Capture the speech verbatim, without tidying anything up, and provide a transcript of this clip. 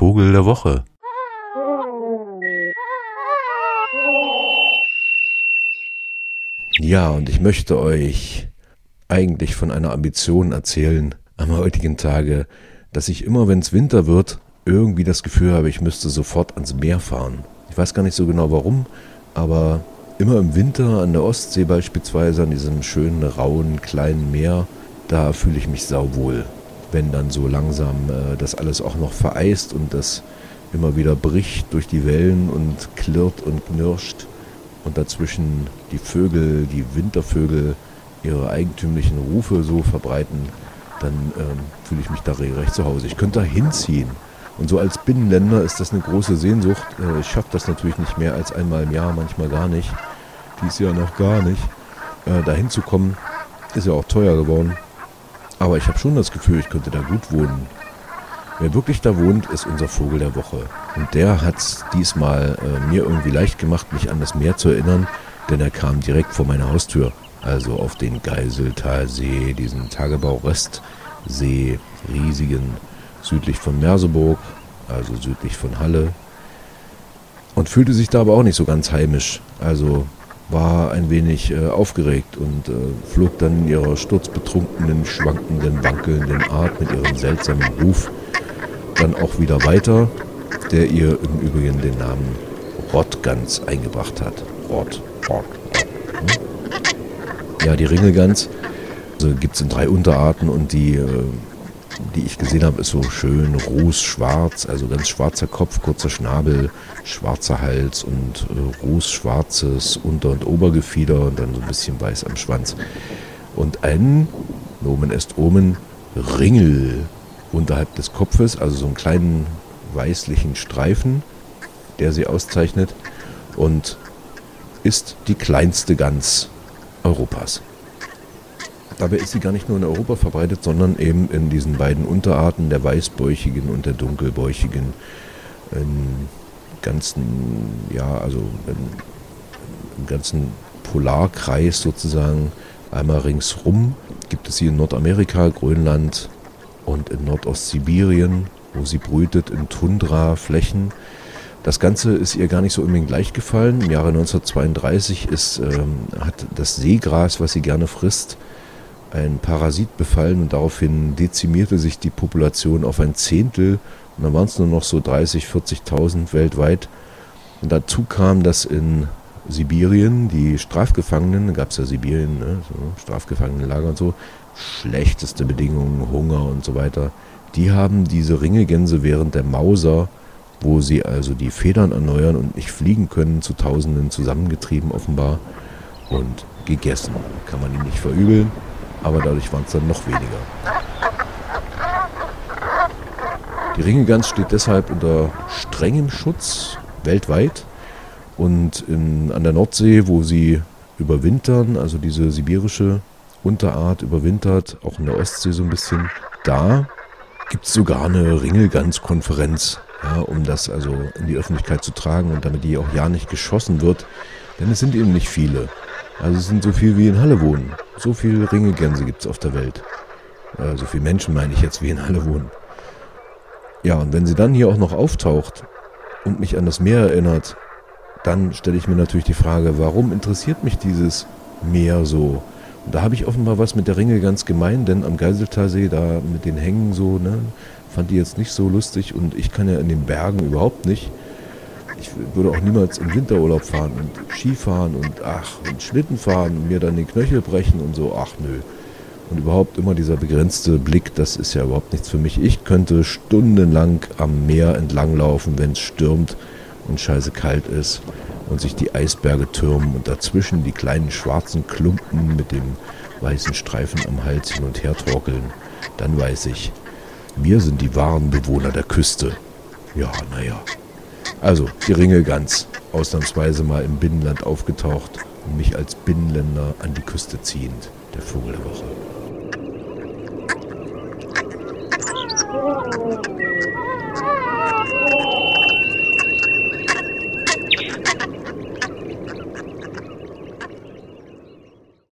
Vogel der Woche. Ja, und ich möchte euch eigentlich von einer Ambition erzählen am heutigen Tage, dass ich immer, wenn es Winter wird, irgendwie das Gefühl habe, ich müsste sofort ans Meer fahren. Ich weiß gar nicht so genau warum, aber immer im Winter an der Ostsee beispielsweise, an diesem schönen, rauen, kleinen Meer, da fühle ich mich sauwohl. Wenn dann so langsam äh, das alles auch noch vereist und das immer wieder bricht durch die Wellen und klirrt und knirscht und dazwischen die Vögel, die Wintervögel, ihre eigentümlichen Rufe so verbreiten, dann ähm, fühle ich mich da regelrecht zu Hause. Ich könnte da hinziehen. Und so als Binnenländer ist das eine große Sehnsucht. Äh, ich schaffe das natürlich nicht mehr als einmal im Jahr, manchmal gar nicht. Dies Jahr noch gar nicht. Äh, da hinzukommen, ist ja auch teuer geworden. Aber ich habe schon das Gefühl, ich könnte da gut wohnen. Wer wirklich da wohnt, ist unser Vogel der Woche. Und der hat es diesmal äh, mir irgendwie leicht gemacht, mich an das Meer zu erinnern, denn er kam direkt vor meiner Haustür. Also auf den Geiseltalsee, diesen Tagebau-Restsee, riesigen, südlich von Merseburg, also südlich von Halle. Und fühlte sich da aber auch nicht so ganz heimisch. Also war ein wenig äh, aufgeregt und äh, flog dann in ihrer sturzbetrunkenen, schwankenden, wankelnden Art mit ihrem seltsamen Ruf dann auch wieder weiter, der ihr im Übrigen den Namen Rottgans eingebracht hat. Rott, Rott, Rott. Hm? Ja, die Ringelgans also gibt es in drei Unterarten und die, äh, die ich gesehen habe, ist so schön rußschwarz, also ganz schwarzer Kopf, kurzer Schnabel, schwarzer Hals und äh, rußschwarzes Unter- und Obergefieder und dann so ein bisschen weiß am Schwanz. Und ein, Nomen est Omen, Ringel unterhalb des Kopfes, also so einen kleinen weißlichen Streifen, der sie auszeichnet und ist die kleinste Gans Europas. Dabei ist sie gar nicht nur in Europa verbreitet, sondern eben in diesen beiden Unterarten, der weißbäuchigen und der dunkelbäuchigen, im ganzen, ja, also im, im ganzen Polarkreis sozusagen, einmal ringsrum gibt es sie in Nordamerika, Grönland und in Nordostsibirien, wo sie brütet in Tundraflächen. Das Ganze ist ihr gar nicht so unbedingt leicht gefallen. Im Jahre neunzehnhundertzweiunddreißig ist, ähm, hat das Seegras, was sie gerne frisst, ein Parasit befallen und daraufhin dezimierte sich die Population auf ein Zehntel und dann waren es nur noch so dreißigtausend, vierzigtausend weltweit. Und dazu kam, dass in Sibirien die Strafgefangenen, da gab es ja Sibirien, ne, so Strafgefangenenlager und so, schlechteste Bedingungen, Hunger und so weiter, die haben diese Ringelgänse während der Mauser, wo sie also die Federn erneuern und nicht fliegen können, zu Tausenden zusammengetrieben offenbar und gegessen. Kann man ihnen nicht verübeln. Aber dadurch waren es dann noch weniger. Die Ringelgans steht deshalb unter strengem Schutz weltweit und in, an der Nordsee, wo sie überwintern, also diese sibirische Unterart überwintert, auch in der Ostsee so ein bisschen, da gibt es sogar eine Ringelgans-Konferenz, ja, um das also in die Öffentlichkeit zu tragen und damit die auch ja nicht geschossen wird, denn es sind eben nicht viele. Also es sind so viel wie in Halle wohnen. So viele Ringelgänse gibt es auf der Welt. Äh, so viele Menschen meine ich jetzt, wie in Halle wohnen. Ja, und wenn sie dann hier auch noch auftaucht und mich an das Meer erinnert, dann stelle ich mir natürlich die Frage, warum interessiert mich dieses Meer so? Und da habe ich offenbar was mit der Ringelgans gemein, denn am Geiseltalsee, da mit den Hängen so, ne, fand die jetzt nicht so lustig und ich kann ja in den Bergen überhaupt nicht. Ich würde auch niemals im Winterurlaub fahren und Skifahren und ach, und Schlitten fahren und mir dann den Knöchel brechen und so, ach nö. Und überhaupt immer dieser begrenzte Blick, das ist ja überhaupt nichts für mich. Ich könnte stundenlang am Meer entlanglaufen, wenn es stürmt und scheiße kalt ist und sich die Eisberge türmen und dazwischen die kleinen schwarzen Klumpen mit dem weißen Streifen am Hals hin und her torkeln. Dann weiß ich, wir sind die wahren Bewohner der Küste. Ja, naja. Also, die Ringelgans, ausnahmsweise mal im Binnenland aufgetaucht und mich als Binnenländer an die Küste ziehend. Der Vogel der Woche.